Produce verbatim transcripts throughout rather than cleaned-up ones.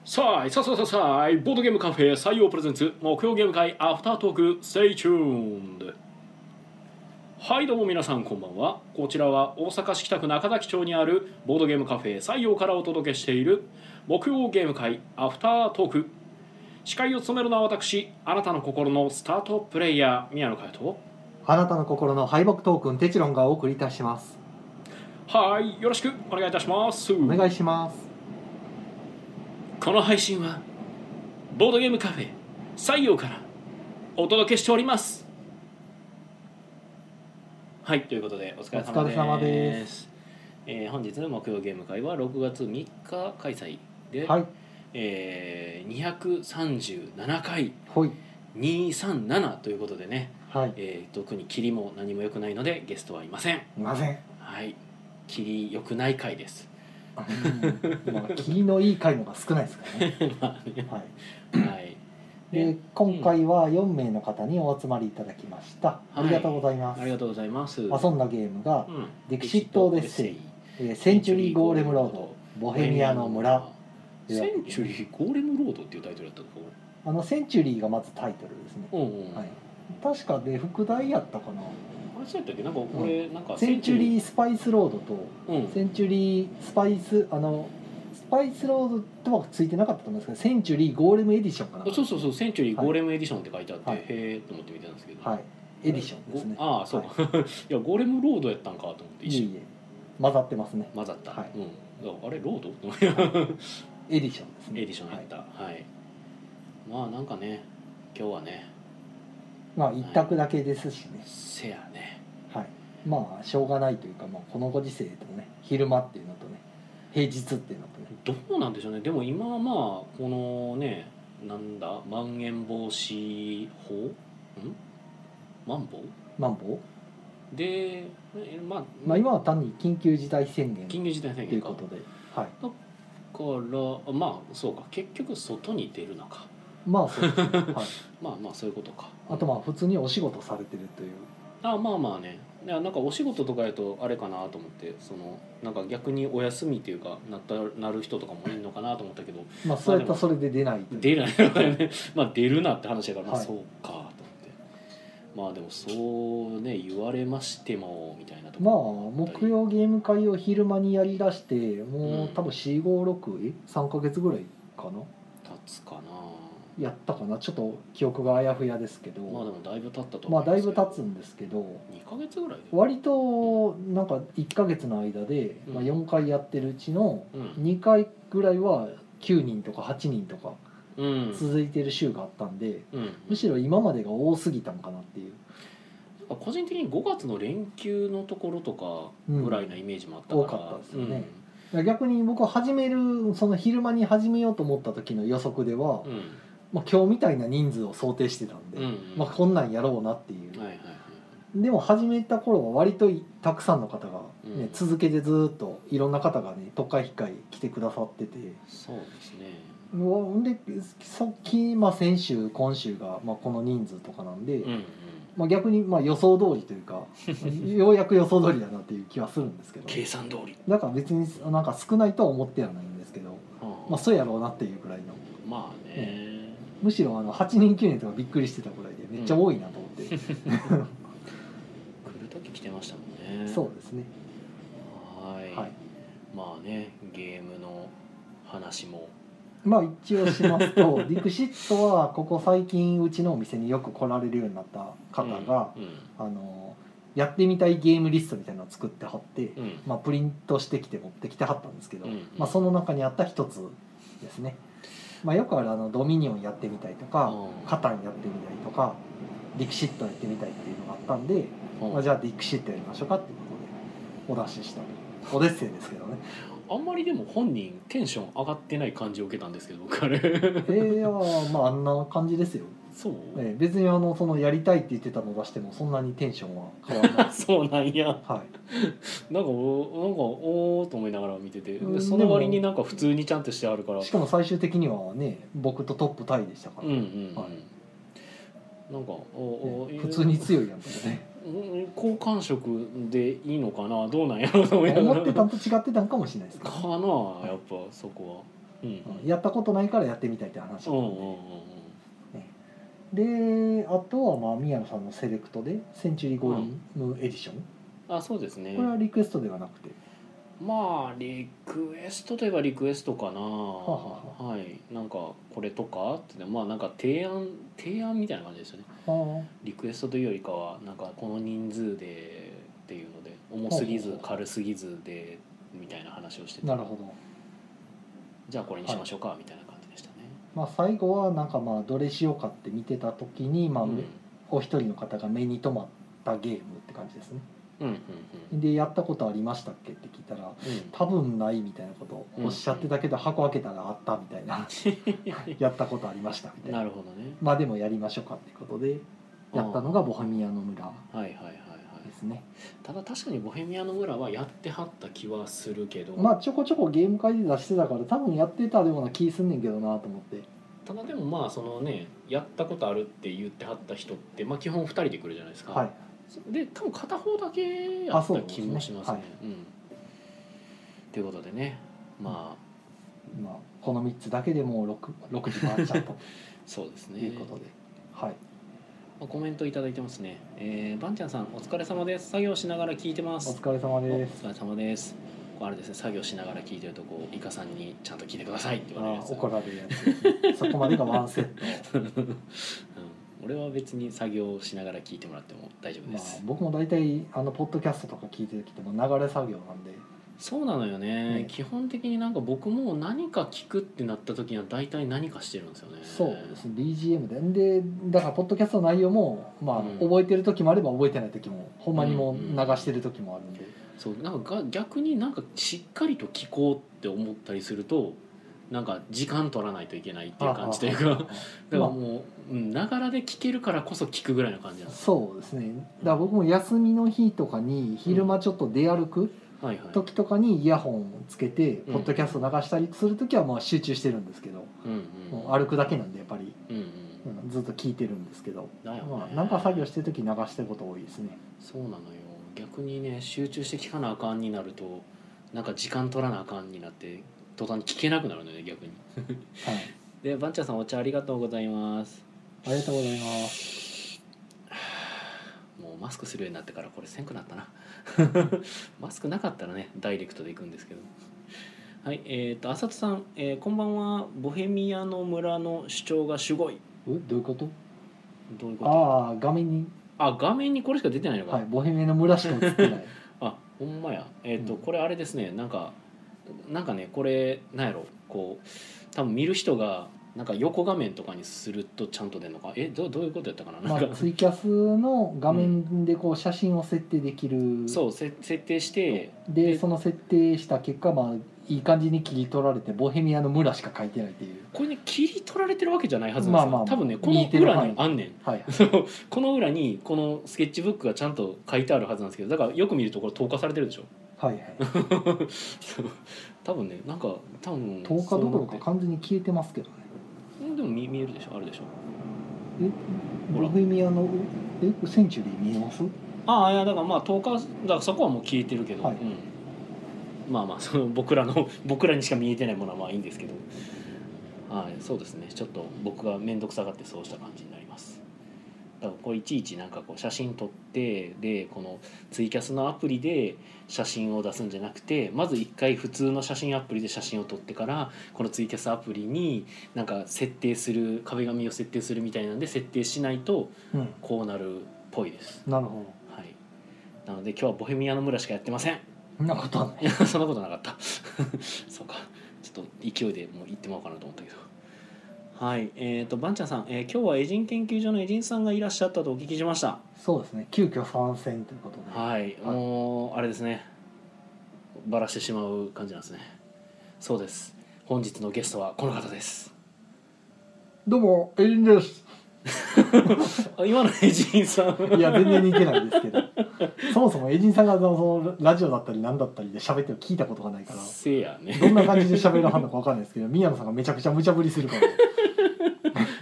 さあさあさあさあボードゲームカフェ採用プレゼンツ木曜ゲーム会アフタートーク Stay tuned。 はいどうも皆さんこんばんは。こちらは大阪市北区中崎町にあるボードゲームカフェ採用からお届けしている木曜ゲーム会アフタートーク。司会を務めるのは私、あなたの心のスタートプレイヤー宮野佳代と、 あなたの心の敗北トークンテチロンがお送りいたします。 はいよろしくお願いいたします。 お願いします。 この配信はボードゲームカフェ採用からお届けしております。はいということでお疲れ様です。 お疲れ様です。 えー、本日の木曜ゲーム会はろくがつみっか開催で、 はい、 えー、にひゃくさんじゅうななかいほいにひゃくさんじゅうななということでね、 はい、 えー、特にキリも何も良くないのでゲストはいません。 いません。 はい、キリ良くない回です。 うん、まあ霧のいい回のが少ないですからね。 まあね、 はい、 はい、 で今回はよんめいの方にお集まりいただきました。ありがとうございます。 ありがとうございます。 遊んだゲームが、 うん、 ディクシット・オデッセイ、えーセンチュリー・ゴーレム・ロード、ボヘミアの村。 センチュリー・ゴーレム・ロードっていうタイトルだったのか。 あのセンチュリーがまずタイトルですね。 うんうん、 はい、確かで副題やったかな。 あれそうやったっけ。なんかこれ、うん、なんかセンチュリー・スパイス・ロードと、 うん、 センチュリー・スパイスあのスパイスロードとはついてなかったと思うんですけど、センチュリーゴーレムエディションかな。 そうそうそう、センチュリーゴーレムエディションって書いてあって、はい、へえと思って見てたんですけど、 はい、エディションですね。 ああそうか、はい、いやゴーレムロードやったんかと思って一瞬。いえいえ、 混ざってますね。 混ざった、 はい、 うん、あれロードエディションですね。 エディションやった、はい、はい、まあなんかね今日はねまあ一択だけですしね、はい、 せやね、 はい、まあしょうがないというか、まあ、このご時世とね昼間っていうのとね平日っていうのとね、 どうなんでしょうね。でも今はまあこのねなんだまん延防止法んマンボウマンボウで、まあ、 まあ今は単に緊急事態宣言緊急事態宣言ということで、はい、 だからまあそうか結局外に出るのか。 まあそうです、はい、 まあまあそういうことか。 あとまあ普通にお仕事されてるという。 あまあまあね、なんかお仕事とかやとあれかなと思って、そのなんか逆にお休みっていうかなったなる人とかもいるのかなと思ったけど、 まあそうやったらそれで出ない出ないねまあ出るなって話だから、まあ、 はい、 そうかと思って、まあでもそうね言われましてもみたいなところ。 まあ木曜ゲーム会を昼間にやりだしてもう多分よん、ご、ろく、さんかげつぐらいかな。 経つかな。 やったかな、ちょっと記憶があやふやですけど、 まあでもだいぶ経ったとまあだいぶ経経つんですけど、 にかげつぐらいで割となんかいっかげつの間で、 うんまあ、よんかいやってるうちのうんにかいぐらいはきゅうにんとかはちにんとかうん続いてる週があったんで、 うんむしろ今までが多すぎたのかなっていう。 個人的にごがつの連休のところとかぐらいなイメージもあったから、 多かったですよね。逆に僕は始めるその昼間に始めようと思った時の予測では、 うんまあ、今日みたいな人数を想定してたんで、 うんうんまあ、こんなんやろうなっていう、 はいはいはい、 でも始めた頃は割とたくさんの方が、ね、 うん、 続けてずっといろんな方がね特会引っかい来てくださってて、 そうですね。 うわでさっき、まあ、先週今週が、まあ、この人数とかなんで、 うんうん、 まあ、逆にまあ予想通りというかようやく予想通りだなっていう気はするんですけど、 計算通りだから別になんか少ないとは思ってはないんですけど、まあ、そうやろうなっていうくらいの、 まあね、ね、 むしろあのはちにんきゅうにんとかびっくりしてたぐらいでめっちゃ多いなと思って、うん、来る時来てましたもんね。 そうですね。 はい、はい、まあねゲームの話もまあ一応しますとディクシットはここ最近うちのお店によく来られるようになった方が、うんうん、あのやってみたいゲームリストみたいなのを作ってはって、うん、まあ、プリントしてきて持ってきてはったんですけど、うんうん、まあ、その中にあった一つですね。まあ、よくあるあのドミニオンやってみたいとか、うん、カタンやってみたいとかディクシットやってみたいっていうのがあったんで、うん、まあ、じゃあディクシットやりましょうかっていうことでお出ししたオデッセイですけどね。 あんまりでも本人テンション上がってない感じを受けたんですけど僕あれえー、まああんな感じですよ。 そう、 えー、別にあのそのやりたいって言ってたのを出してもそんなにテンションは変わらないそうなんや、 はい、 なんかなんかおーと思いながら見てて、でその割になんか普通にちゃんとしてあるから、 しかも最終的にはね僕とトップタイでしたから、 うんうん、うん、はい、なんかおお、 ね、普通に強いやんかね好感触でいいのかなどうなんやろうと思いながら思ってたんと違ってたんかもしれないですけど、ね、 かなやっぱそこはうん、 やったことないからやってみたいって話だったんで、 うんうんうんであとはまあ宮野さんのセレクトでセンチュリーゴールムエディション、 うん、あそうですね。 これはリクエストではなくて、 まあリクエストといえばリクエストかな、はははい、なんかこれとかってまあなんか提案提案みたいな感じですよね。 はリクエストというよりかはなんかこの人数でっていうので重すぎず軽すぎずでみたいな話をしてて、 なるほど。 じゃあこれにしましょうかみたいな感じでしたね。 まあ最後はなんかまあどれしようかって見てた時に、まあうんお一人の方が目に留まったゲームって感じですね。 うんうんうんでやったことありましたっけって聞いたら、 うん多分ないみたいなことをおっしゃってたけど、箱開けたらあったみたいなやったことありましたみたいな。 なるほどね。 まあでもやりましょうかっていうことでやったのがボヘミアの村はいはいはいはいですね。 ただ確かにボヘミアの村はやってはった気はするけど、 まあちょこちょこゲーム会で出してたから多分やってたような気すんねんけどなと思って。 ただでもまあそのねやったことあるって言ってはった人ってまあ基本ふたりで来るじゃないですか。 はいで多分片方だけやった気もしますね。 あそうですねはいうんということでね、まあまあこのみっつだけでもう 6, 6時回っちゃったとそうですね。 いうことで、はい。 まあコメントいただいてますね。えー、バンちゃんさんお疲れ様です。作業しながら聞いてまおす。 疲れ様です。 お疲れ様です。こうあれですね、作業しながら聞いてるとこうイカさんにちゃんと聞いてくださいって言われるやつ。 あ怒られるやつですね。そこまでがワンセット。 うん俺は別に作業しながら聞いてもらっても大丈夫でまあす。 僕も大体あのポッドキャストとか聞いてる時ってもう流れ作業なんで、 そうなのよね、 ね基本的になんか僕も何か聞くってなった時には大体何かしてるんですよね。 そうですね ビージーエム ででだからポッドキャストの内容もまあ、 うん覚えてる時もあれば覚えてない時もほんまにもう流してる時もあるんで、 そうなんかが逆になんかしっかりと聞こうって思ったりするとなんか時間取らないといけないっていう感じというかだからもうながらで聞けるからこそ聞くぐらいの感じなんです。 そうですね。だから僕も休みの日とかに昼間ちょっと出歩くはいはい。 時とかにイヤホンをつけてうんポッドキャスト流したりする時はまあ集中してるんですけど、 うんうん。 もう歩くだけなんでやっぱり、 うんうん。 うん、ずっと聞いてるんですけど、 だよね。 まあなんか作業してる時流してること多いですね。 そうなのよ。逆にね集中して聞かなあかんになるとなんか時間取らなあかんになって途端に聞けなくなるのよね逆に。 はい。 でバンチャーさんお茶ありがとうございます。 ありがとうございます。 もうマスクするようになってからこれせんくなったなマスクなかったらねダイレクトで行くんですけど。はいえー、と浅田さん、えーこんばんは。ボヘミアの村の主張がすごい。 えどういうこと？ どういうこと？ ああ画面にあ画面にこれしか出てないのか。 はいボヘミアの村しか映ってない。 あほんまや。えっ、と、 うんこれあれですねなんかなんかねこれなんやろこう多分見る人がなんか横画面とかにするとちゃんと出るのか。えどうどういうことやったかな。なんか、 まあツイキャスの画面でこう写真を設定できる。 そうせ設定してでその設定した結果まあいい感じに切り取られてボヘミアの村しか書いてないっていう。 これね切り取られてるわけじゃないはずなんですよ。 まあまあ多分ねこ見の裏えてる範囲にあんねん。 はいそうこの裏にこのスケッチブックがちゃんと書いてあるはずなんですけどだからよく見るとこれ投下されてるでしょ。 はいはい。 そう多分ねなんか多分とおかどころかそう完全に消えてますけどね。 思ってでも見見えるでしょあるでしょ。 えほらボヘミアのえセンチュリー見えます？ ああいやだからまあ投下だからそこはもう消えてるけど、 はいうん、まあまあその僕らの僕らにしか見えてないものはまあいいんですけど、はいそうですねちょっと僕が面倒くさがってそうした感じになります。だからこういちいちなんかこう写真撮ってでこのツイキャスのアプリで写真を出すんじゃなくてまず一回普通の写真アプリで写真を撮ってからこのツイキャスアプリになんか設定する壁紙を設定するみたいなんで設定しないとうん。 こうなるっぽいです。 なるほはい、なので今日はボヘミアの村しかやってません。 ど。そんなことはないい。やそんなことなかったそうかちょっと勢いでもう行ってもらおうかなと思ったけど。はいえー、とバンちゃんさん、えー今日はエジン研究所のエジンさんがいらっしゃったとお聞きしました。 そうですね。急遽参戦ということで。 はいもうあれですねバラしてしまう感じなんですね。そうです本日のゲストはこの方です。 どうもエリンです。 あ今のエジンさんいや全然似てないですけど、そもそもエジンさんがそのラジオだったり何だったりで喋ってるの聞いたことがないからせやねどんな感じで喋るはんのか分かんないですけど、宮野さんがめちゃくちゃ無茶ぶりするから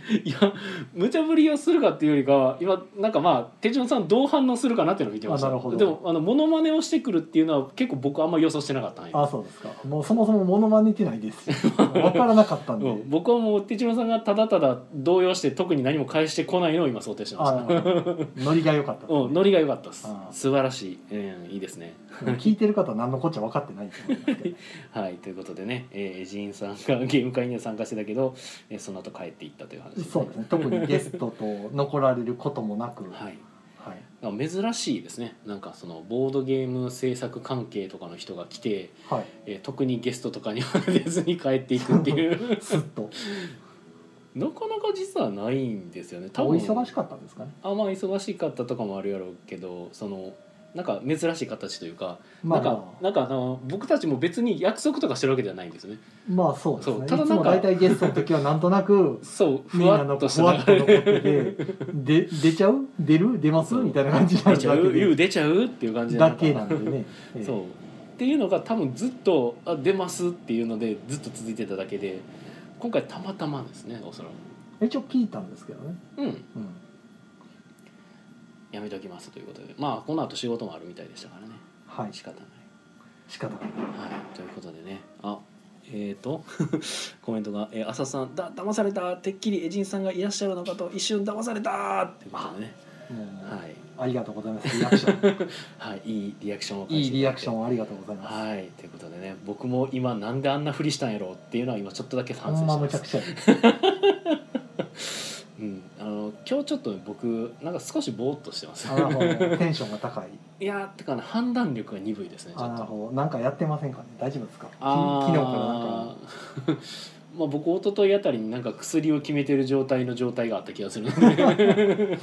いや無茶ぶりをするかっていうよりかは今なんかまあ手順さんどう反応するかなっていうのを見てました。 あなるほど。 でもあのモノマネをしてくるっていうのは結構僕あんま予想してなかったんよ。 あそうですか。もうそもそもモノマネてないですし分からなかったんで、 うん、僕はもう手順さんがただただ動揺して特に何も返してこないのを今想定してました。 ノリが良かったです、ね、 うん、ノリが良かったです。素晴らしい、うん、いいですね。 聞いてる方は何のこっちゃ分かってないと思いますけどはいということでね、えー、ジーンさんがゲーム会には参加してたけど、えー、その後帰っていったという話です、ね、 そうですね。特にゲストと残られることもなく、 はいはい、珍しいですね。なんかそのボードゲーム制作関係とかの人が来て、はいえー、特にゲストとかには出ずに帰っていくっていうすっとなかなか実はないんですよね。多分お忙しかったんですかね。 あまあ忙しかったとかもあるやろうけど、そのなんか珍しい形というか、まあ、なんかなんかあの僕たちも別に約束とかしてるわけではないんですよね。 まあそうですね。 ただなんかいつも大体ゲストの時はなんとなくそうふわっとした残っててで出ちゃう出る出ますみたいな感じになるだけで出ちゃうっていう感じだけなんでね。 ええ、そうっていうのが多分ずっとあ出ますっていうのでずっと続いてただけで、今回たまたまですねおそらく。 一応聞いたんですけどね。 うん。うんやめときますということで、まあこの後仕事もあるみたいでしたからね。 はい。 仕方ない。 仕方ない。 はい。ということでね、あ、えーとコメントが、えー、浅さんだ騙された、てっきりエジンさんがいらっしゃるのかと一瞬騙されたっていうことでね。 はい。ありがとうございます。リアクション。 はい、いいリアクションをいいリアクションありがとうございます。 はい、ということでね、僕も今なんであんなふりしたんやろうっていうのは今ちょっとだけ反省してます。 ほんまむちゃくちゃ。 うん、あの今日ちょっと僕なんか少しボーっとしてます。 なるほど、テンションが高い。 いやーってか、ね、判断力が鈍いですね。ちょっとなるほど、なんかやってませんかね。大丈夫ですか。 あ昨日からなんかまあ僕一昨日あたりになんか薬を決めてる状態の状態があった気がするので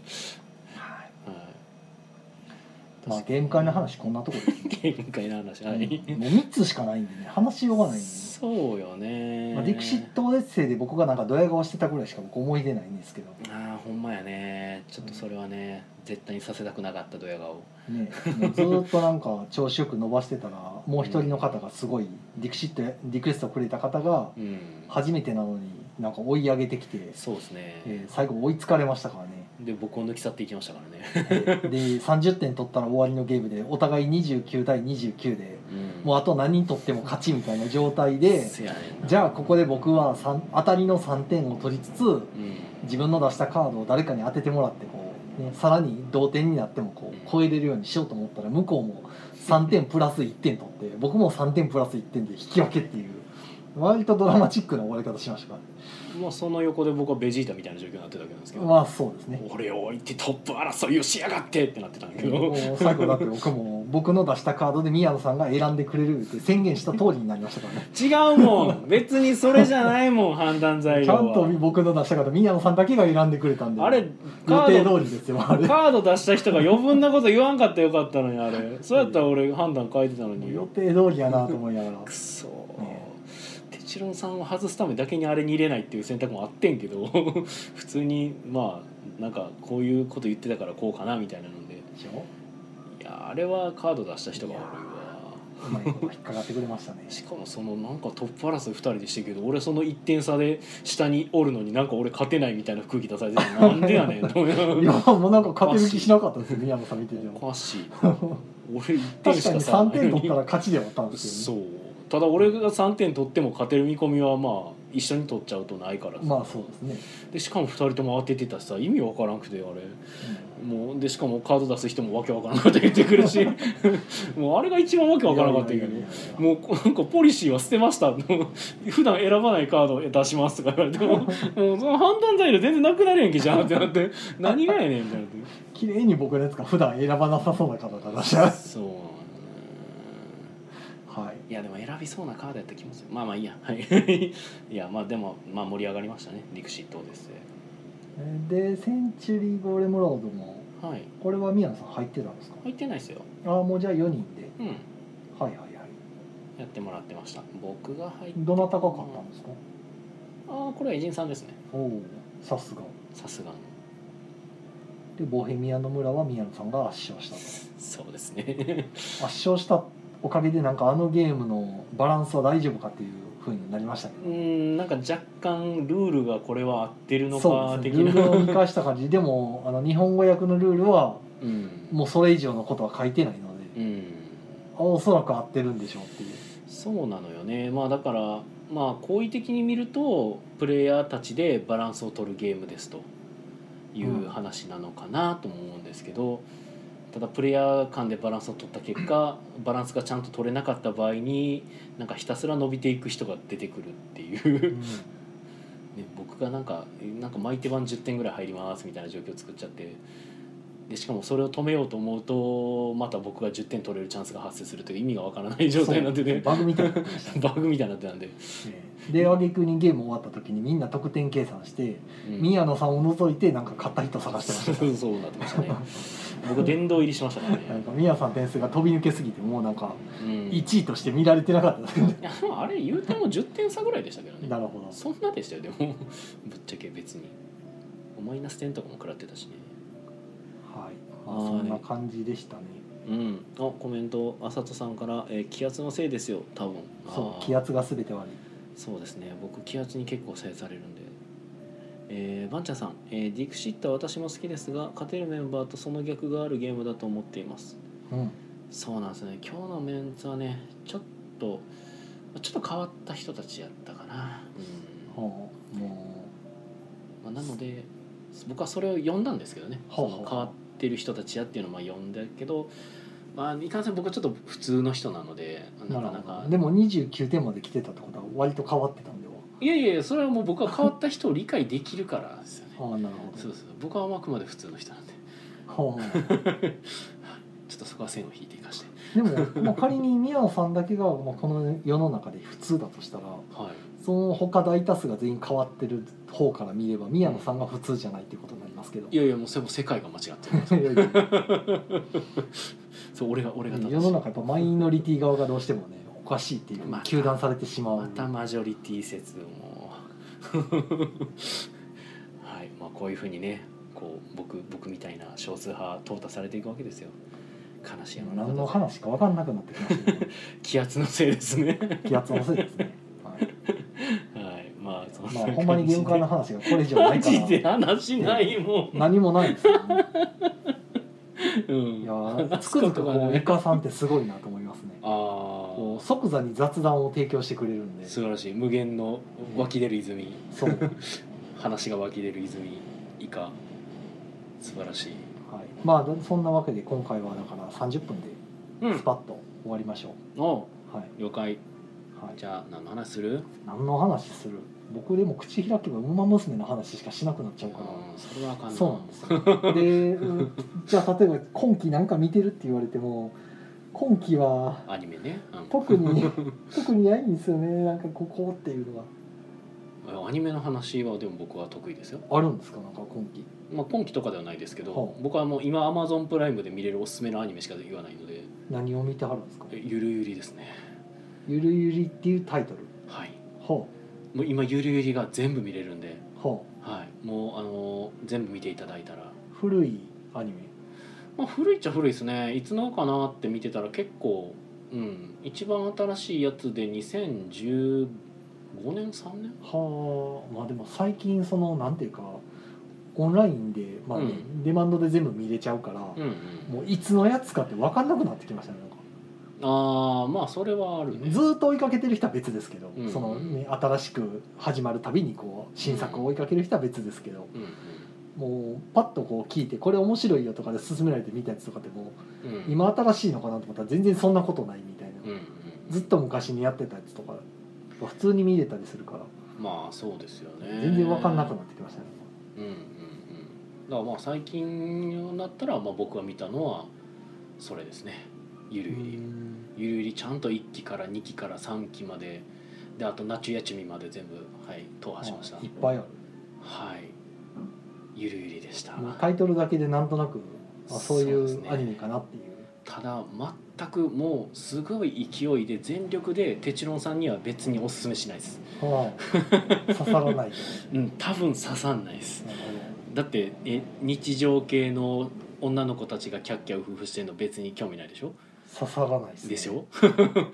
まあゲーム会の話こんなところですね。 ゲーム会の話、はい、 うん、もうみっつしかないんでね、話しようがないんで、ね、 そうよね、 まあ、ディクシットエッセイで僕がなんかドヤ顔してたぐらいしか僕思い出ないんですけど、 ああほんまやね、ちょっとそれはね、うん、絶対にさせたくなかったドヤ顔ね、もうずっとなんか調子よく伸ばしてたらもう一人の方がすごいディクシットリクエストくれた方が初めてなのになんか追い上げてきて、 そうですね、 えー、最後追いつかれましたからね。 で僕を抜き去っていきましたからねでさんじゅってん取ったら終わりのゲームでお互いにじゅうきゅうたいにじゅうきゅうで、うん、もうあと何人取っても勝ちみたいな状態で、じゃあここで僕は当たりのさんてんを取りつつ、うん、自分の出したカードを誰かに当ててもらってこう、ね、さらに同点になってもこう超えれるようにしようと思ったら向こうもさんてんプラスいってん取って僕もさんてんプラスいってんで引き分けっていう割とドラマチックな終わり方しましたからね。 まあその横で僕はベジータみたいな状況になってたわけなんですけど、 まあそうですね、 俺を置いてトップ争いをしやがってってなってたんだけど、 最後だって僕も僕の出したカードで宮野さんが選んでくれるって宣言した通りになりましたからね。 違うもん別にそれじゃないもん判断材料は。 ちゃんと僕の出したカード宮野さんだけが選んでくれたんで、 あれ予定通りですよ。あれカード出した人が余分なこと言わんかったらよかったのに、あれそうやったら俺判断変えてたのに予定通りやなと思いながらくそー、ね、テチロンさんを外すためだけにあれに入れないっていう選択もあってんけど普通にまあなんかこういうこと言ってたからこうかなみたいなので、いやあれはカード出した人が悪いわ。 うまいこと引っかかってくれましたね。 しかもそのなんかトップ争いふたりでしたけど、俺そのいってん差で下におるのになんか俺勝てないみたいな空気出されててなんでやねんといやもうなんか勝てる気しなかったですよ宮野さん見てても。 おかしい俺いってんしか確かにさんてん取ったら勝ちではあったんですよね。そうただ俺がさんてん取っても勝てる見込みはまあ一緒に取っちゃうとないからさ、 まあそうですね。 でしかもふたりとも当ててたしさ意味わからんくてあれ、うん、もうでしかもカード出す人もわけわからんかった言ってくるしもうあれが一番わけわからんかったけど、もうなんかポリシーは捨てました普段選ばないカードを出しますとか言われてももうその判断材料全然なくなるやんけじゃんってなって何がやねんみたいな綺麗に僕のやつが普段選ばなさそうなカード出したそうはい、いやでも選びそうなカードやった気もする。まあまあいいやいやまあでもまあ盛り上がりましたねリクシットです。 でセンチュリーゴーレムロードも、はい、これは宮野さん入ってたんですか。 入ってないですよ。 ああもうじゃあよにんで、うん、はいはいはいやってもらってました。僕が入ってどなたが勝ったんですか。 ああこれはエジンさんですね。 おおさすがさすがでボヘミアの村は宮野さんが圧勝したと。 そうですね圧勝したおかげでなんかあのゲームのバランスは大丈夫かっていう風になりましたね。 うんなんか若干ルールがこれは合ってるのそうですね、 か的な、 ルールを見返した感じでもあの日本語訳のルールはうんもうそれ以上のことは書いてないので、 うん、 あおそらく合ってるんでしょうっていう。 そうなのよね。まあだからまあ好意的に見るとプレイヤーたちでバランスを取るゲームですという話なのかなとも思うんですけど、ただプレイヤー間でバランスを取った結果バランスがちゃんと取れなかった場合になんかひたすら伸びていく人が出てくるっていう、 うんね、僕がなんかなんか巻いて版じゅってんぐらい入りますみたいな状況を作っちゃって、でしかもそれを止めようと思うとまた僕がじゅってん取れるチャンスが発生するという意味がわからない状態になってて、 バグみたいになってました、ね、 バグみたいになってたんで、 で挙句にゲーム終わった時にみんな得点計算して、うん、宮野さんを除いてなんか勝った人探してましたそうなってましたね僕殿堂入りしましたからね。 なんか宮野さん点数が飛び抜けすぎてもうなんかいちいとして見られてなかったです、うん、いやあれ言うてもじゅってん差ぐらいでしたけどね。 なるほど、 そんなでしたよでもぶっちゃけ別にマイナス点とかも食らってたしね。 はい、まあ、そんな感じでしたね。 うん、あコメントあさとさんから、えー、気圧のせいですよ多分。 そう気圧が全て悪い。 そうですね僕気圧に結構左右されるんで、えー、バンチャンさん、えー、ディクシットは私も好きですが勝てるメンバーとその逆があるゲームだと思っています、うん、そうなんですね。今日のメンツはねちょっとちょっと変わった人たちやったかな、うんはあ、もう、まあ、なので僕はそれを読んだんですけどね、はあはあ、その変わってる人たちやっていうのをまあ読んだけど、まあ、いかんせん僕はちょっと普通の人なのでなかなかでもにじゅうきゅうてんまで来てたってことは割と変わってたんでは。 いやいやそれはもう僕は変わった人を理解できるからですよねああなるほど。 そうそう僕はあくまで普通の人なんで、はあ、ちょっとそこは線を引いていかしてでも、まあ、仮に宮野さんだけが、まあ、この世の中で普通だとしたら、はい、その他大多数が全員変わってる方から見れば宮野さんが普通じゃないっていうことになりますけど、 いやいやもうそれも世界が間違ってるそう俺が俺が正しい。 世の中やっぱマイノリティ側がどうしてもねおかしいっていう糾弾されてしまう。 またマジョリティ説もはいまあこういうふうにねこう僕僕みたいな少数派淘汰されていくわけですよ。悲しいの何の話か分かんなくなってきました、ね、 気圧のせいですね気圧のせいですねはい、はい、まあそんなまあほんまにゲーム化の話がこれ以上ないからマジで話ないもん何もないですよねうん、 いやつくづくこうイカさんってすごいなと思いますね。あこう即座に雑談を提供してくれるんで素晴らしい無限の湧き出る泉、うん、 そう話が湧き出る泉イカ素晴らしい。 はい、まあそんなわけで今回はだからさんじゅっぷんでスパッと終わりましょう、 うん、おう、はい、 了解、はい、じゃあ何の話する何の話する僕でも口開けばウマ娘の話しかしなくなっちゃうから、 うん、それはあかんな。 そうなんですよでじゃあ例えば今期なんか見てるって言われても今期はアニメね、 うん、特に特にないんですよね。なんかここっていうのがアニメの話はでも僕は得意ですよ。 あるんですかなんか今期、 まあ、今期とかではないですけど、はあ、僕はもう今 Amazon プライムで見れるおすすめのアニメしか言わないので。 何を見てはるんですか。 ゆるゆりですね。 ゆるゆりっていうタイトル。 はい。 はあ、もう今ゆるゆりが全部見れるんで、 はあ、はい、もうあのー、全部見ていただいたら。 古いアニメ、 まあ、古いっちゃ古いですね。いつのかなって見てたら結構、うん、一番新しいやつでにせんじゅうごねんさんねん。 はあ、まあでも最近そのなんていうかオンラインで、まあねうん、デマンドで全部見れちゃうから、うんうん、もういつのやつかって分かんなくなってきましたね。なんかああまあそれはあるね。 ずっと追いかけてる人は別ですけど、うんうん、そのね、新しく始まるたびにこう新作を追いかける人は別ですけど、うんうん、もうパッとこう聞いてこれ面白いよとかで勧められて見たやつとかでも、うん、今新しいのかなと思ったら全然そんなことないみたいな、うんうん、ずっと昔にやってたやつとか普通に見れたりするから、 まあそうですよね。 全然分かんなくなってきましたね。 うんうんうん。だからまあ最近になったらまあ僕が見たのはそれですね。ゆるゆりゆるゆりちゃんといっきからにきからさんきまでであとナチュヤチミまで全部はい踏破しました。 いっぱいある。 はい。ゆるゆりでした。 タイトルだけでなんとなくあそういうアニメかなっていう。 ただ全くもうすごい勢いで全力でテチロンさんには別におすすめしないです。 はあ、刺さらないと。 うん多分刺さんないです。だってえ日常系の女の子たちがキャッキャウフフしてるの別に興味ないでしょ。 刺さらないです、ね、 でしょ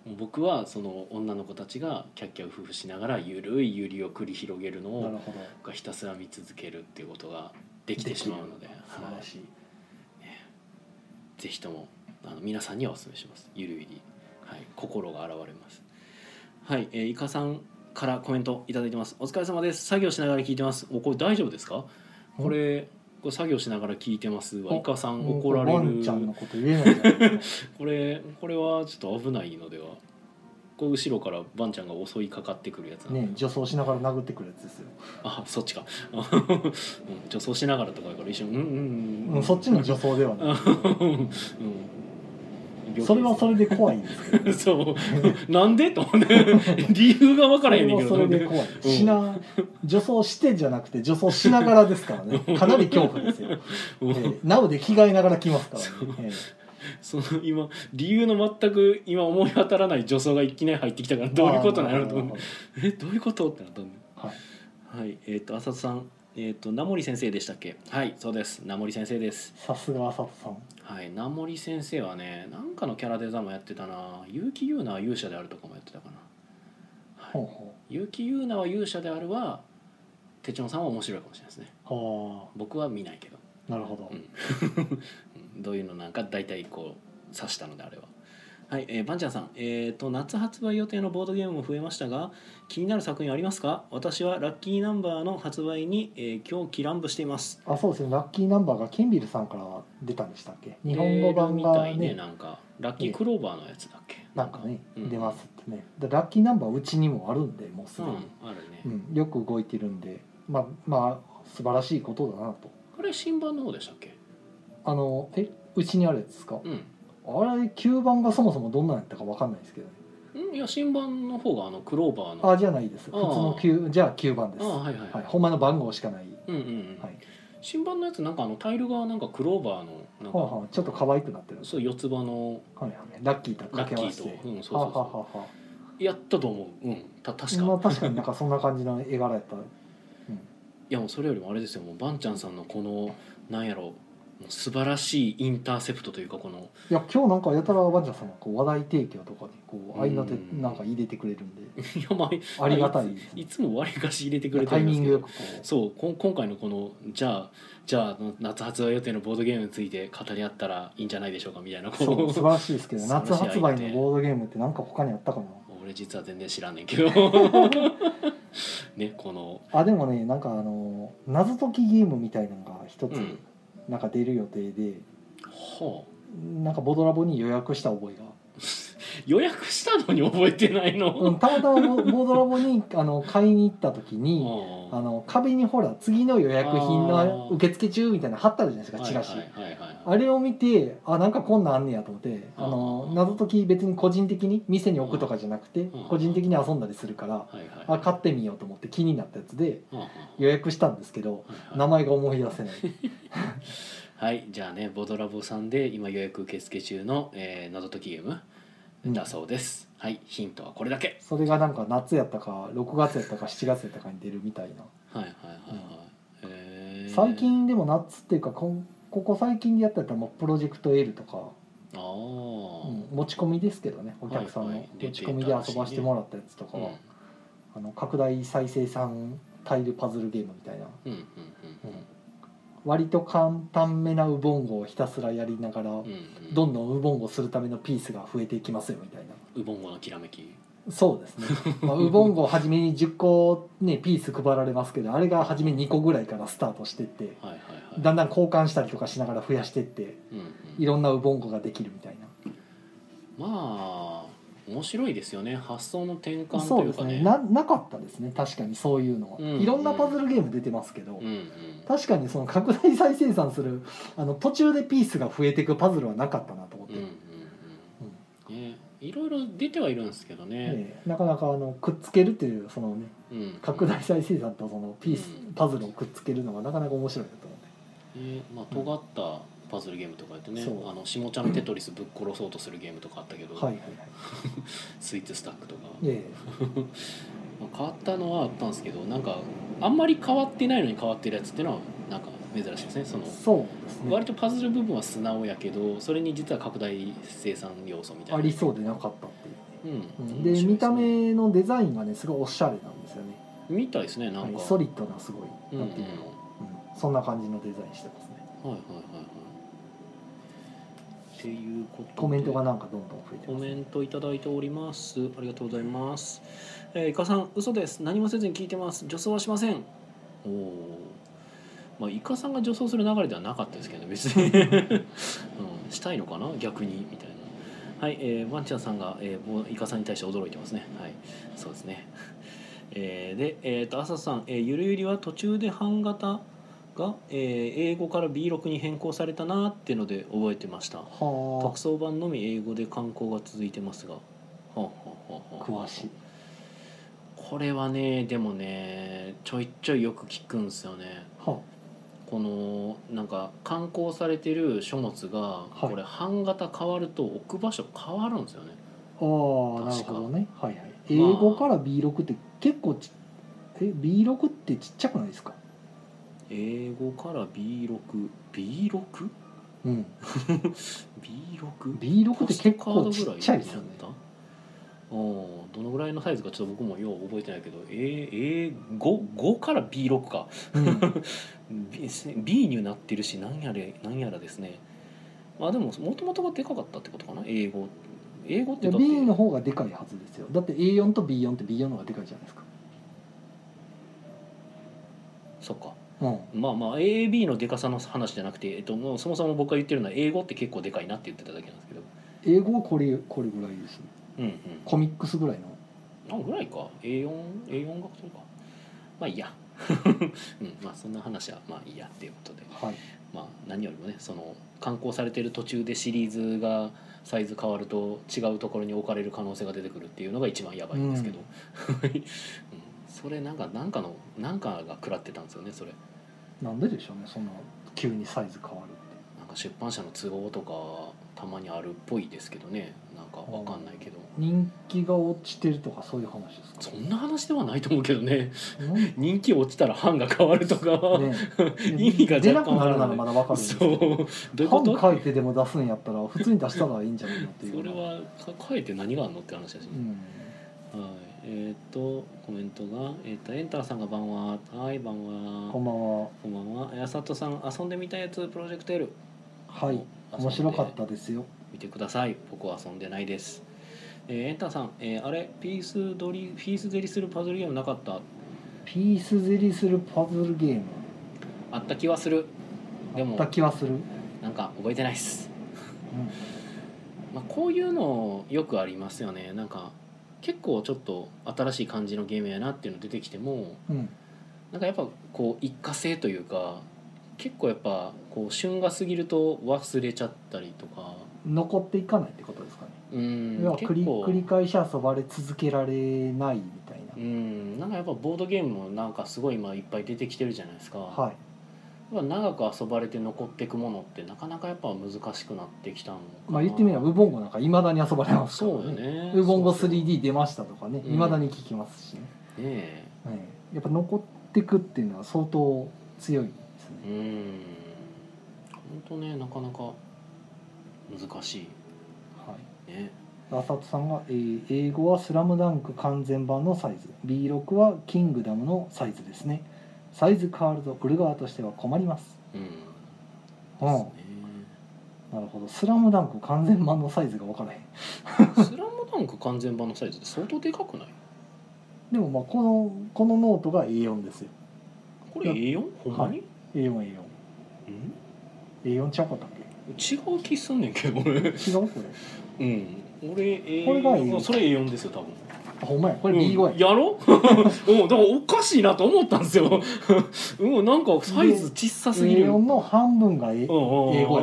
僕はその女の子たちがキャッキャウフフしながらゆるいユリを繰り広げるのをがひたすら見続けるっていうことができてしまうので、 素晴らしい、はいね、ぜひともあの皆さんにはお勧めします。ゆるゆり、はい、心が現れます。はい、えー、イカさんからコメントいただいてます。お疲れ様です。作業しながら聞いてます。おこれ大丈夫ですか？これこれ作業しながら聞いてますわ。イカさん怒られる。ワンちゃんのこと言えないじゃないですか。 これこれはちょっと危ないのでは。こう後ろからバンちゃんが襲いかかってくるやつなんで。 ね、助走しながら殴ってくるやつですよ。 あ、そっちか。うん、助走しながらとかだから一瞬うんうんうん、 うん、そっちの助走ではない。うんそれはそれで怖いですけど、ね、 そうなんでと理由が分からへんねんけど、 それはそれで怖い、うん、しな助走してじゃなくて助走しながらですからね。かなり恐怖ですよ、えー、ナウで着替えながら来ますからね、えー、 その今理由の全く今思い当たらない助走がいきなり入ってきたからどういうことなのと思ってえどういうことってなったんで、はい、はい、えっ、ー、と浅田さんえっ、ー、と名森先生でしたっけ？はいそうです名森先生です。 さすが浅田さん。 はい名森先生はねなんかのキャラデザもやってたな。結城優奈は勇者であるとかもやってたかな。はい、ほうほう結城優奈は勇者であるは手帳さんは面白いかもしれないですね。はあ僕は見ないけど。 なるほど、 うん、どういうのなんか大体こう指したのであれは。はい、えー、バンちゃんさん、えーと、夏発売予定のボードゲームも増えましたが気になる作品ありますか？私はラッキーナンバーの発売に、えー、今日キランブしています。 あ、そうですね。ラッキーナンバーがケンビルさんから出たんでしたっけ？日本語版がね、 ねなんかラッキークローバーのやつだっけ？ なんかね、うん、出ますってね。でラッキーナンバーうちにもあるんでもうすでに、うん、あるね、うん、よく動いてるんで、まあまあ素晴らしいことだなと。 あれ新版の方でしたっけ？ あのえうちにあるやつですか？ うん。 あれきゅうばんがそもそもどんなんやったか分かんないですけどね。 んいや新版の方があのクローバーのあじゃないです。普通のきゅうじゃあきゅうばんです。あ、 はいはいはい、 はい、ほんまの番号しかない。 うんうんうん。はい。新版のやつなんかあのタイルがなんかクローバーのなんか、 はあはあ、ちょっと可愛くなってる。 そう四つ葉の、 はいはい、ラッキーと掛け合わせて、 うんそうそうそう、はあはあはあ、やったと思う。うんた確か。 まあ確かになんかそんな感じの絵柄やった。うん、いやもうそれよりもあれですよもうバンちゃんさんのこのなんやろ素晴らしいインターセプトというかこのいや今日なんかやたらバンちゃんさんがこう話題提供とかにこう合いの手なんか入れてくれるんで、 いやまあありがたい、 いつも割りかし入れてくれてるんですけどタイミングよくこうそうこ今回のこのじゃあじゃあ夏発売予定のボードゲームについて語り合ったらいいんじゃないでしょうかみたいなそう素晴らしいですけど夏発売のボードゲームってなんか他にあったかな。 俺実は全然知らんねんけどねこのあでもねなんかあの謎解きゲームみたいなのが一つなんか出る予定で、うん、はあ、なんかボドラボに予約した覚えが予約したのに覚えてないの、 うん、たまたまボードラボにあの買いに行った時にあの壁にほら次の予約品の受付中みたいなの貼ってあるじゃないですかチラシ、あれを見てあなんかこんなんあんねやと思ってあの謎解き別に個人的に店に置くとかじゃなくて個人的に遊んだりするからあ買ってみようと思って気になったやつで予約したんですけど名前が思い出せないはいじゃあねボドラボさんで今予約受付中の、えー、謎解きゲームだそうです、うん、はいヒントはこれだけ。 それがなんか夏やったかろくがつやったかしちがつやったかに出るみたいな。 はいはいはいはい、 うん、最近でも夏っていうかこここ最近でやったらもうプロジェクト L とかあ、うん、持ち込みですけどねお客さんの、はいはい、持ち込みで遊ばしてもらったやつとかは、うん、あの拡大再生産タイルパズルゲームみたいな、うんうんうんうん、割と簡単めなウボンゴをひたすらやりながら、うんうん、どんどんウボンゴするためのピースが増えていきますよみたいな。 ウボンゴのきらめき。 そうですね、まあ、ウボンゴ初めにじゅっこ、ね、ピース配られますけどあれが初めにこぐらいからスタートしてって、はいはいはい、だんだん交換したりとかしながら増やしてって、うんうん、いろんなウボンゴができるみたいな。 まあ面白いですよね発想の転換というかね。 そうですね な, なかったですね確かにそういうのは、うんうん、いろんなパズルゲーム出てますけど、うんうん、確かにその拡大再生産するあの途中でピースが増えていくパズルはなかったなと思って、うんうんうんね、いろいろ出てはいるんですけどね、 ねなかなかあのくっつけるっていうそのね、うん、拡大再生産とそのピース、うん、パズルをくっつけるのがなかなか面白いなと思って、 ねまあ、尖ったパズルゲームとかやってね、あの下ちゃんテトリスぶっ殺そうとするゲームとかあったけど、はいはいはい、スイーツスタックとか、ええ変わったのはあったんですけどなんかあんまり変わってないのに変わってるやつっていうのはなんか珍しいですね。そのそうですね。 割とパズル部分は素直やけどそれに実は拡大生産要素みたいなありそうでなかったっていう、 うん、 で見た目のデザインがねすごいおしゃれなんですよね。 みたいですねなんか、 はい、ソリッドなすごいなんていうの、 うんうんうん、そんな感じのデザインしてますね。 はいはいはいはいっていうことでコメントがなんかどんどん増えてコます、 メントいただいております。ありがとうございます。えー、イカさん嘘です。何もせずに聞いてます。女装はしません。おお。まあイカさんが女装する流れではなかったですけど、ね、別に、うん、したいのかな逆にみたいな。はい、えー、ワンちゃんさんが、えー、イカさんに対して驚いてますね。はい、そうですね。えー、で、えー、と朝さん、えー、ゆるゆりは途中で版型が、えー、英語から ビーろく に変更されたなっていうので覚えてました。 は特装版のみ英語で刊行が続いてますが、はあはあはあはあ、 詳しい。 これはねでもねちょいちょいよく聞くんですよね。 はこのなんか刊行されてる書物が、 はい、 これ版型変わると置く場所変わるんですよね。 ああなるほどね。はいはい。英語から ビーろく って結構ちえ ビーろく ってちっちゃくないですか。 英語から ビーろく ビーろくうんビーろくビーろく って結構ちっちゃいですよね。 おどのぐらいのサイズかちょっと僕もよう覚えてないけど、えー、ご, ごから ビーろく か、うん、B, B になってるし何やら何やらですね。まあでももともとがでかかったってことかな。英語英語ってだって B の方がでかいはずですよ。だって エーよん と ビーよん って ビーよん の方がでかいじゃないですか。 そっか、 うん、 まあまあ エービー のでかさの話じゃなくて、えっと、もうそもそも僕が言ってるのは英語って結構でかいなって言ってただけなんですけど、 英語はこれこれぐらいですね。 うんうん、 コミックスぐらいのあぐらいか エーよん エーよん がそれかまあいいや、うん、まあそんな話はまあいいやっていうことで、 はい、 まあ何よりもねその刊行されてる途中でシリーズがサイズ変わると違うところに置かれる可能性が出てくるっていうのが一番やばいんですけど、うんうん、それなんかなんかのなんかが食らってたんですよねそれ。 なんででしょうねそんな急にサイズ変わるって。 なんか出版社の都合とかたまにあるっぽいですけどね。なんかわかんないけど人気が落ちてるとかそういう話ですか。 そんな話ではないと思うけどね人気落ちたら版が変わるとか、ね、意味が出なくなるならまだわかるんですけど、 そうどういうこと版書いてでも出すんやったら普通に出したらいいんじゃないのっていう。 それは書いて何があるのって話だしね、うん、はい。えっ、ー、とコメントが、えー、とエンターさんが晩ははい晩はこんばんは。 こんばんは。やさとさん遊んでみたやつプロジェクト L はい面白かったですよ。 見てください。僕は遊んでないです。えー、エンターさん、えー、あれピースドリピースゼリするパズルゲームなかった？ ピースゼリするパズルゲームあった気はする。でもあった気はする。 なんか覚えてないっす、 うんまあ、こういうのよくありますよね。なんか結構ちょっと新しい感じのゲームやなっていうの出てきても、 うん、 なんかやっぱこう一過性というか結構やっぱこう旬が過ぎると忘れちゃったりとか残っていかないってことですかね。 うん要は繰り結構繰り返し遊ばれ続けられないみたいな。 うんなんかやっぱボードゲームもなんかすごい今いっぱい出てきてるじゃないですか、 はい、 やっぱ長く遊ばれて残っていくものってなかなかやっぱ難しくなってきたのかな。 まあ言ってみればウボンゴなんかいまだに遊ばれますからね。 そうよね。 ウボンゴ スリーディー 出ましたとかねいま、 うん、 だに聞きますしね。 ねえ、 はい、やっぱ残ってくっていうのは相当強いですね。 うん本当ねなかなか難しい、 はいね。 浅戸さんが、えー、英語はスラムダンク完全版のサイズ ビーろく はキングダムのサイズですね。サイズ変わると売る側としては困ります。 うん、 うんですね。 なるほど。スラムダンク完全版のサイズが分からへんスラムダンク完全版のサイズって相当でかくない？ でもまあこのこのノートが エーよん ですよ。 これ エーよん？ ほんまに？はい、 エーよん エーよんうんエーよん ちゃうかったっけ？ 違う気すんねんけど俺違うこれうん俺、えー、 これが エーよんそれ エーよん ですよ多分。 あほんまやこれ ビーご や、 うん、やろうんだからおかしいなと思ったんですようんなんかサイズ小さすぎる。 エーよん の半分が、A、英語やから、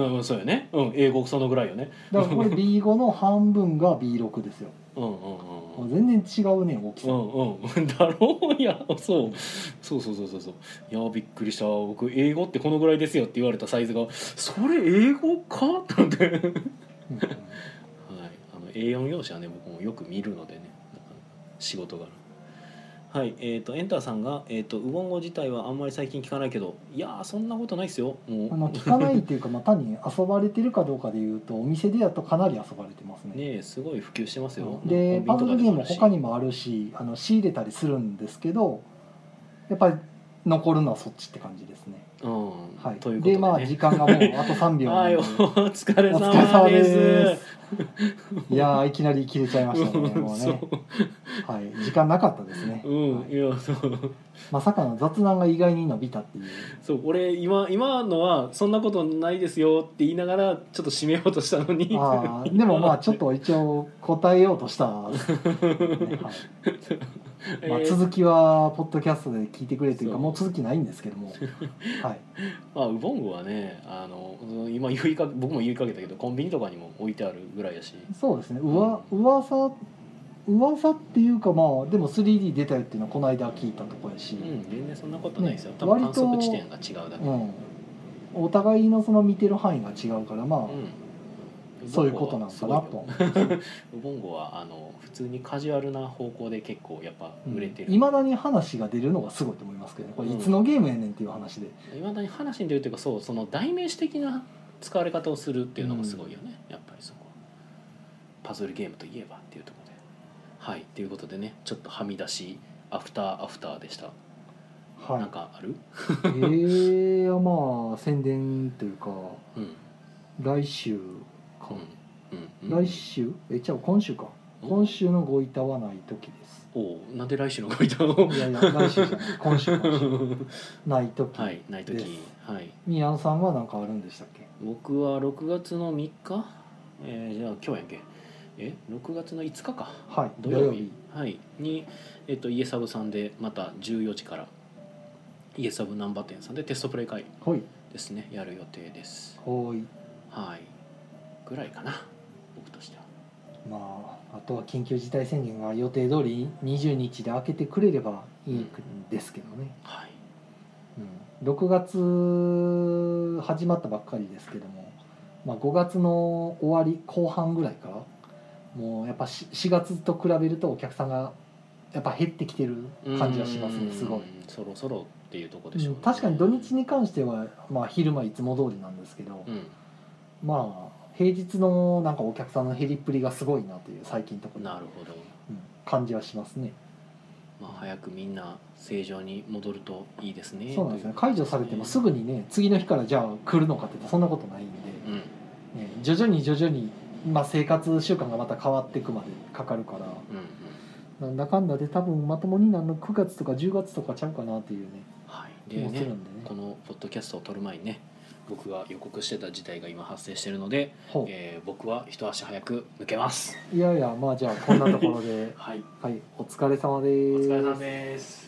うん、そうよね、うん、英語そのぐらいよね。 だからこれ ビーご の半分が ビーろく ですよ。 うんうんうん、 全然違うね大きさ。 うんうんだろういやそうそうそうそうそうそういやびっくりした。僕英語ってこのぐらいですよって言われたサイズがそれ英語かって思ってはい、あの エーよん 用紙はね僕もよく見るのでね仕事柄はい、えー、とエンターさんが、えー、とウボンゴ自体はあんまり最近聞かないけど、いやーそんなことないですよ。もうあの聞かないっていうか、まあ、単に遊ばれてるかどうかでいうとお店でやとかなり遊ばれてますね。 ねえすごい普及してますよ。 でパズルゲーム他にももあるし、あの仕入れたりするんですけど、やっぱり残るのはそっちって感じですね。 うん、 はい、 ということで、ね、 でまあ時間がもうあとさんびょうはい、お疲れお疲れ様様でですす。いやーいきなり切れちゃいましたねもうね。はい、時間なかったですね。 うん、 はい、 いやそうまさかの雑談が意外に伸びたっていう。 そう俺今今のはそんなことないですよって言いながらちょっと締めようとしたのに、 あでもまあちょっと一応答えようとした、ね、はいまあ、続きはポッドキャストで聞いてくれというか、もう続きないんですけども、はい、 まあウボンゴはね、あの今言いか僕も言いかけたけどコンビニとかにも置いてあるぐらいやし。 そうですね、うわ、うん、噂噂っていうか、まあでも スリーディー 出たよっていうのはこの間聞いたところやし、うん、 全然そんなことないですよ、ね、多分観測地点が違うだけ、うん、 お互いのその見てる範囲が違うから、まあ、うん、そういうことなんかなと。 ウボンゴはあの普通にカジュアルな方向で結構やっぱ売れてる。 いま、うん、だに話が出るのがすごいと思いますけどね。これいつのゲームやねんっていう話で。 いまだに話に出るというか、そうその代名詞的な使われ方をするっていうのがすごいよね。うん、やっぱりそこパズルゲームといえばっていうところで。はいということでね、ちょっとはみ出しアフターアフターでした。はい、なんかある？ えー、まあ宣伝というか、うん、来週か、うんうんうん、来週えじゃあ今週か、今週のごいたはない時です。 おお、なんで来週のごいたを？ いやいや来週じゃない今週今週ない時、 はい、ない時、はい。 宮野さんは何かあるんでしたっけ？ 僕はろくがつのみっか、えー、じゃあ今日やんけ。えろくがつのいつかか、 はい、 土曜日、はい、に、えっと、イエサブさんでまたじゅうよじからイエサブ難波店さんでテストプレイ会ですね、やる予定です。 はい、 はい、ぐらいかな僕としては。 まああとは緊急事態宣言が予定通りにじゅうにちで開けてくれればいいんですけどね、うん、はい、うん、ろくがつ始まったばっかりですけども、まあ、ごがつの終わり後半ぐらいからもうやっぱしがつと比べるとお客さんがやっぱ減ってきてる感じはしますね。すごいそろそろっていうところでしょうね、 うん、確かに土日に関しては、まあ、昼間いつも通りなんですけど、うん、まあ平日のなんかお客さんの減りっぷりがすごいなという最近のところ、 なるほど、 うん、感じはしますね。 まあ、早くみんな正常に戻るといいですね。 そうなんですね。解除されてもすぐにね次の日からじゃあ来るのかって言ってそんなことないんで、うんね、徐々に徐々にまあ、生活習慣がまた変わっていくまでかかるから、うんうん、なんだかんだで多分まともになるのくがつとかじゅうがつとかちゃうかなっていうね、 はい、でね、気もするんでね。このポッドキャストを撮る前にね僕が予告してた事態が今発生しているので、えー、僕は一足早く抜けます。 いやいやまあじゃあこんなところで、はい、はい、お疲れ様です。 お疲れ様です。